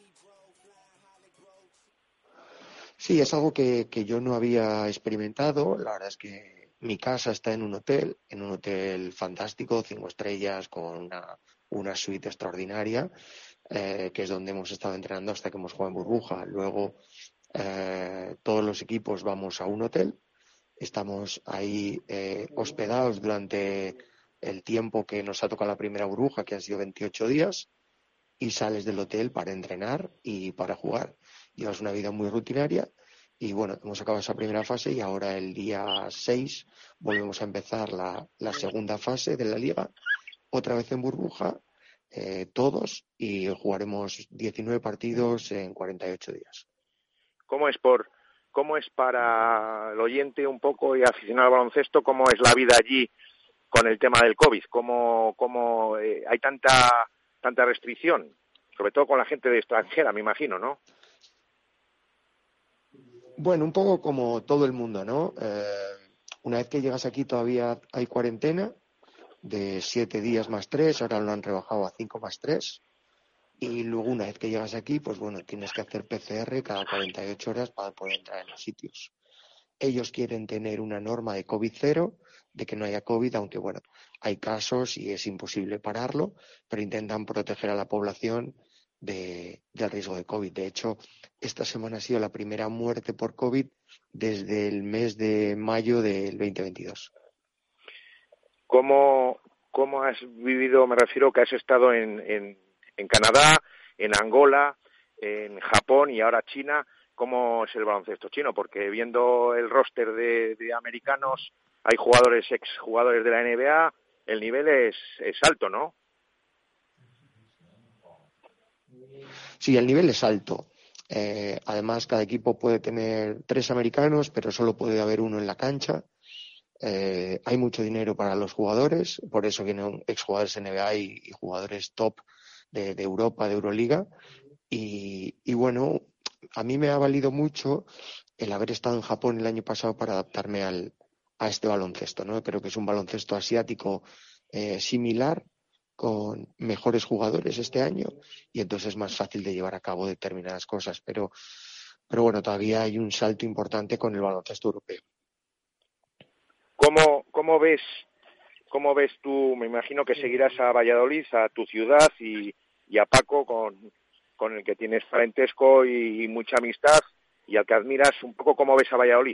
Sí, es algo que, que yo no había experimentado. La verdad es que mi casa está en un hotel, en un hotel fantástico, cinco estrellas, con una, una suite extraordinaria, eh, que es donde hemos estado entrenando hasta que hemos jugado en burbuja. Luego, eh, todos los equipos vamos a un hotel. Estamos ahí eh, hospedados durante el tiempo que nos ha tocado la primera burbuja, que han sido veintiocho días, y sales del hotel para entrenar y para jugar. Llevas una vida muy rutinaria y bueno, hemos acabado esa primera fase y ahora el día seis volvemos a empezar la, la segunda fase de la liga, otra vez en burbuja, eh, todos, y jugaremos diecinueve partidos en cuarenta y ocho días. ¿Cómo es por... ¿Cómo es para el oyente un poco y aficionado al baloncesto, cómo es la vida allí con el tema del COVID? ¿Cómo, cómo eh, hay tanta tanta restricción? Sobre todo con la gente de extranjera, me imagino, ¿no? Bueno, un poco como todo el mundo, ¿no? Eh, una vez que llegas aquí todavía hay cuarentena de siete días más tres, ahora lo han rebajado a cinco más tres. y luego una vez que llegas aquí, pues bueno, tienes que hacer P C R cada cuarenta y ocho horas para poder entrar en los sitios. Ellos quieren tener una norma de COVID cero, de que no haya COVID, aunque bueno, hay casos y es imposible pararlo, pero intentan proteger a la población de, del riesgo de COVID. De hecho, esta semana ha sido la primera muerte por COVID desde el mes de mayo del veinte veintidós. ¿Cómo, cómo has vivido, me refiero que has estado en, en, en Canadá, en Angola, en Japón y ahora China? ¿Cómo es el baloncesto chino? Porque viendo el roster de, de americanos, hay jugadores, exjugadores de la N B A, el nivel es, es alto, ¿no? Sí, el nivel es alto. Eh, además, cada equipo puede tener tres americanos, pero solo puede haber uno en la cancha. Eh, hay mucho dinero para los jugadores, por eso vienen exjugadores N B A y, y jugadores top de, de Europa, de Euroliga. Y, y bueno, a mí me ha valido mucho el haber estado en Japón el año pasado para adaptarme al, a este baloncesto, ¿no? Creo que es un baloncesto asiático eh, similar, con mejores jugadores este año, y entonces es más fácil de llevar a cabo determinadas cosas. Pero, pero bueno, todavía hay un salto importante con el baloncesto europeo. ¿Cómo, cómo ves, cómo ves tú? Me imagino que seguirás a Valladolid, a tu ciudad y, y a Paco, con, con el que tienes parentesco y, y mucha amistad, y al que admiras. Un poco, ¿cómo ves a Valladolid?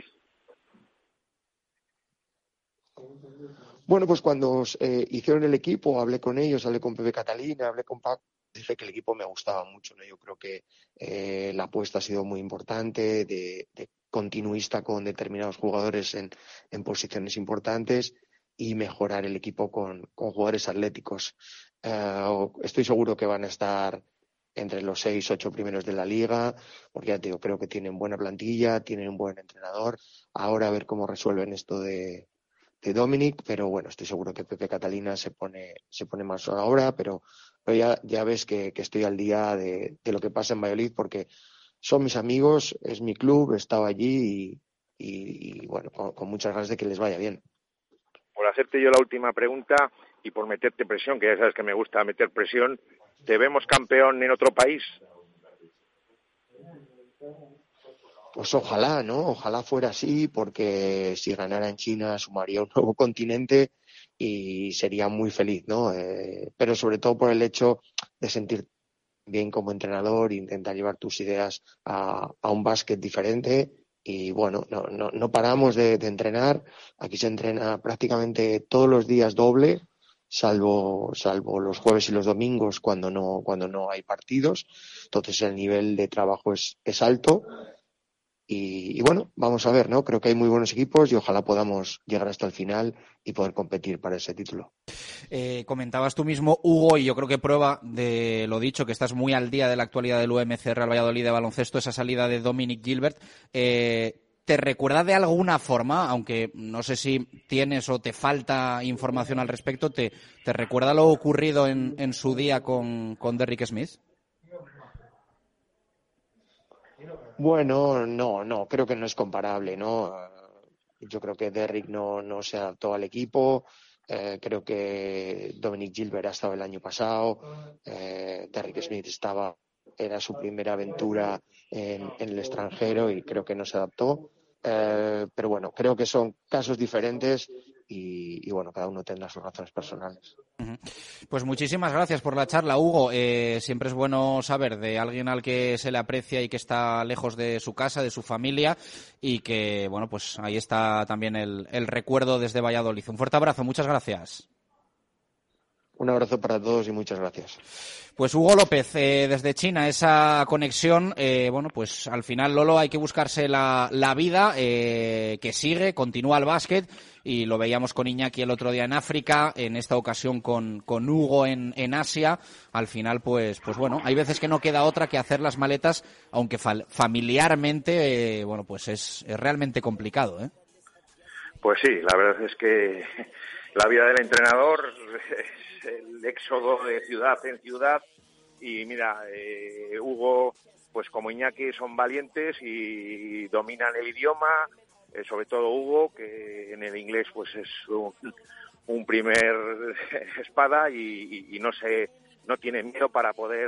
Bueno, pues cuando eh, hicieron el equipo, hablé con ellos, hablé con Pepe Catalina, hablé con Paco, dije que el equipo me gustaba mucho, ¿no? Yo creo que eh, la apuesta ha sido muy importante, de, de continuista con determinados jugadores en, en posiciones importantes, y mejorar el equipo con, con jugadores atléticos. Uh, estoy seguro que van a estar entre los seis, ocho primeros de la liga, porque ya te digo, creo que tienen buena plantilla, tienen un buen entrenador. Ahora a ver cómo resuelven esto de de Dominic, pero bueno, estoy seguro que Pepe Catalina se pone se pone más ahora, pero, pero ya, ya ves que, que estoy al día de, de lo que pasa en Valladolid, porque son mis amigos, es mi club, he estado allí y, y, y bueno, con, con muchas ganas de que les vaya bien. Por hacerte yo la última pregunta y por meterte presión, que ya sabes que me gusta meter presión, ¿te vemos campeón en otro país? Pues ojalá, ¿no? Ojalá fuera así, porque si ganara en China sumaría un nuevo continente y sería muy feliz, ¿no? Eh, pero sobre todo por el hecho de sentir bien como entrenador, intentar llevar tus ideas a, a un básquet diferente. Y bueno, no, no, no paramos de, de entrenar. Aquí se entrena prácticamente todos los días doble, salvo, salvo los jueves y los domingos cuando no, cuando no hay partidos. Entonces el nivel de trabajo es, es alto. Y, y bueno, vamos a ver, ¿no? Creo que hay muy buenos equipos y ojalá podamos llegar hasta el final y poder competir para ese título. Eh, comentabas tú mismo, Hugo, y yo creo que prueba de lo dicho, que estás muy al día de la actualidad del U M C Real Valladolid de baloncesto, esa salida de Dominic Gilbert. Eh, ¿Te recuerda de alguna forma, aunque no sé si tienes o te falta información al respecto, te, te recuerda lo ocurrido en, en su día con, con Derrick Smith? Bueno, no, no, creo que no es comparable, ¿no? Yo creo que Derrick no, no se adaptó al equipo, eh, creo que Dominic Gilbert ha estado el año pasado, eh, Derrick Smith estaba, era su primera aventura en, en el extranjero y creo que no se adaptó, eh, pero bueno, creo que son casos diferentes y, y bueno, cada uno tendrá sus razones personales. Pues muchísimas gracias por la charla, Hugo. Eh, siempre es bueno saber de alguien al que se le aprecia y que está lejos de su casa, de su familia, y que, bueno, pues ahí está también el, el recuerdo desde Valladolid. Un fuerte abrazo, muchas gracias. Un abrazo para todos y muchas gracias. Pues Hugo López, eh, desde China, esa conexión, eh, bueno, pues al final, Lolo, hay que buscarse la, la vida, eh, que sigue, continúa el básquet, y lo veíamos con Iñaki el otro día en África, en esta ocasión con, con Hugo en, en Asia. Al final, pues, pues bueno, hay veces que no queda otra que hacer las maletas, aunque fa- familiarmente, eh, bueno, pues es, es realmente complicado, ¿eh? Pues sí, la verdad es que la vida del entrenador es el éxodo de ciudad en ciudad y mira, eh, Hugo, pues como Iñaki son valientes y dominan el idioma, eh, sobre todo Hugo, que en el inglés pues es un, un primer espada y, y, y no se no tiene miedo para poder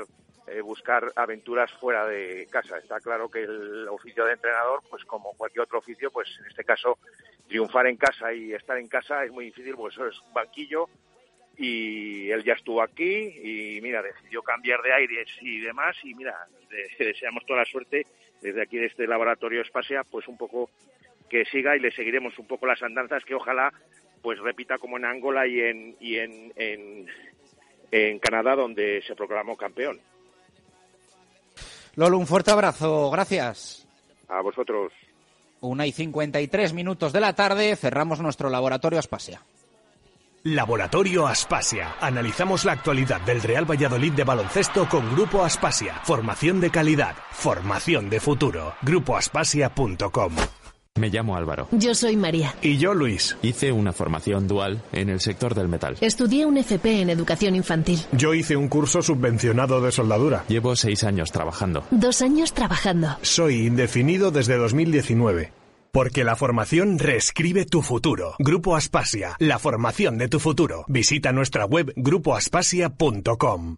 eh, buscar aventuras fuera de casa. Está claro que el oficio de entrenador, pues como cualquier otro oficio, pues en este caso triunfar en casa y estar en casa es muy difícil, porque eso es un banquillo, y él ya estuvo aquí y mira, decidió cambiar de aires y demás, y mira, le deseamos toda la suerte desde aquí de este laboratorio Aspasia, pues un poco que siga, y le seguiremos un poco las andanzas, que ojalá pues repita como en Angola y en y en, en, en Canadá, donde se proclamó campeón. Lolo, un fuerte abrazo, gracias. A vosotros. Una y cincuenta y tres minutos de la tarde, cerramos nuestro laboratorio Aspasia. Laboratorio Aspasia. Analizamos la actualidad del Real Valladolid de baloncesto con Grupo Aspasia. Formación de calidad, formación de futuro. grupo aspasia punto com. Me llamo Álvaro. Yo soy María. Y yo, Luis. Hice una formación dual en el sector del metal. Estudié un F P en educación infantil. Yo hice un curso subvencionado de soldadura. Llevo seis años trabajando. Dos años trabajando. Soy indefinido desde dos mil diecinueve. Porque la formación reescribe tu futuro. Grupo Aspasia, la formación de tu futuro. Visita nuestra web grupo aspasia punto com.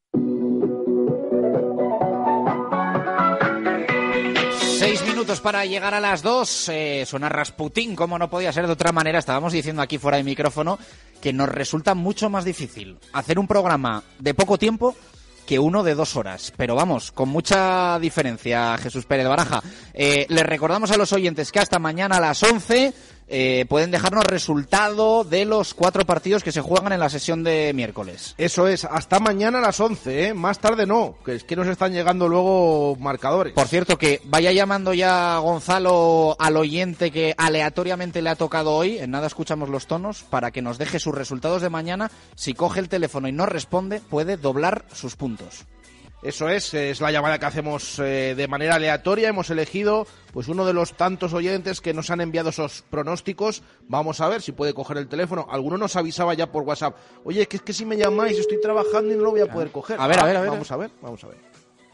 Seis minutos para llegar a las dos. Eh, suena Rasputín, como no podía ser de otra manera. Estábamos diciendo aquí fuera de micrófono que nos resulta mucho más difícil hacer un programa de poco tiempo que uno de dos horas. Pero vamos, con mucha diferencia, Jesús Pérez Baraja. Eh, les recordamos a los oyentes que hasta mañana a las once eh, pueden dejarnos resultado de los cuatro partidos que se juegan en la sesión de miércoles. Eso es, hasta mañana a las once, ¿eh? Más tarde no, que es que nos están llegando luego marcadores. Por cierto, que vaya llamando ya Gonzalo al oyente que aleatoriamente le ha tocado hoy, en nada escuchamos los tonos, para que nos deje sus resultados de mañana. Si coge el teléfono y no responde, puede doblar sus puntos. Eso es, es la llamada que hacemos eh, de manera aleatoria. Hemos elegido pues uno de los tantos oyentes que nos han enviado esos pronósticos. Vamos a ver si puede coger el teléfono. Alguno nos avisaba ya por WhatsApp. Oye, que es que si me llamáis estoy trabajando y no lo voy a poder coger. A ver, a ver, a ver. Vamos a ver, vamos a ver.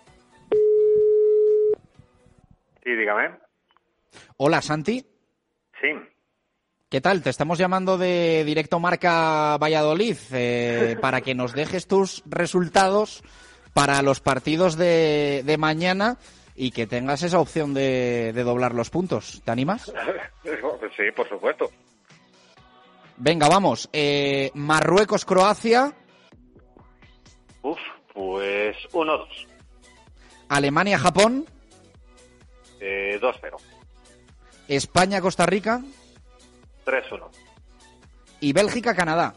Sí, dígame. Hola, Santi. Sí. ¿Qué tal? Te estamos llamando de Directo Marca Valladolid eh, para que nos dejes tus resultados para los partidos de, de mañana y que tengas esa opción de, de doblar los puntos. ¿Te animas? Sí, por supuesto. Venga, vamos. Eh, Marruecos-Croacia. Uf, pues uno dos. Alemania-Japón. Eh, dos cero. España-Costa Rica. tres uno. Y Bélgica-Canadá.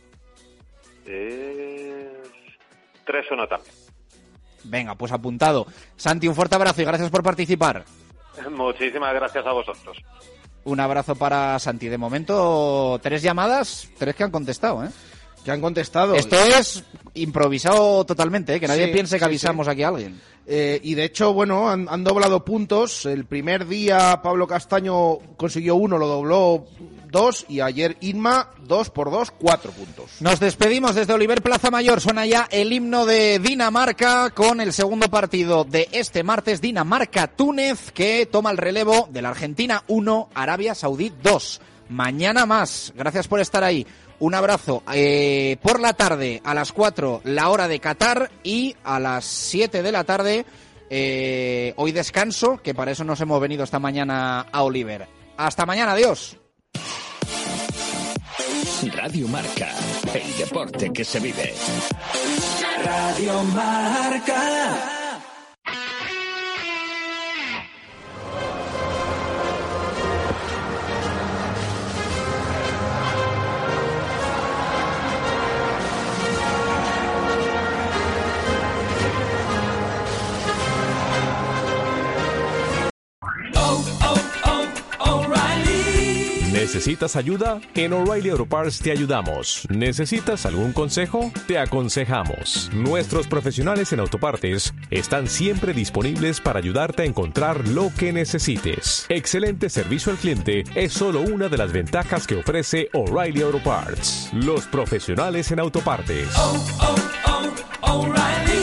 Eh, tres uno también. Venga, pues apuntado. Santi, un fuerte abrazo y gracias por participar. Muchísimas gracias a vosotros. Un abrazo para Santi. De momento, tres llamadas, tres que han contestado, ¿eh? Que han contestado. Esto es improvisado totalmente, ¿eh? Que nadie sí, piense que sí, avisamos sí. aquí a alguien. Eh, y de hecho, bueno, han, han doblado puntos. El primer día Pablo Castaño consiguió uno, lo dobló dos, y ayer Inma, dos por dos, cuatro puntos. Nos despedimos desde Oliver Plaza Mayor. Suena ya el himno de Dinamarca con el segundo partido de este martes, Dinamarca-Túnez, que toma el relevo de la Argentina uno, Arabia Saudí dos. Mañana más. Gracias por estar ahí. Un abrazo. Eh, por la tarde, a las cuatro, la hora de Qatar, y a las siete de la tarde, eh, hoy descanso, que para eso nos hemos venido esta mañana a Oliver. Hasta mañana, adiós. Radio Marca, el deporte que se vive. Radio Marca. ¿Necesitas ayuda? En O'Reilly Auto Parts te ayudamos. ¿Necesitas algún consejo? Te aconsejamos. Nuestros profesionales en autopartes están siempre disponibles para ayudarte a encontrar lo que necesites. Excelente servicio al cliente es solo una de las ventajas que ofrece O'Reilly Auto Parts. Los profesionales en autopartes. Oh, oh, oh, O'Reilly.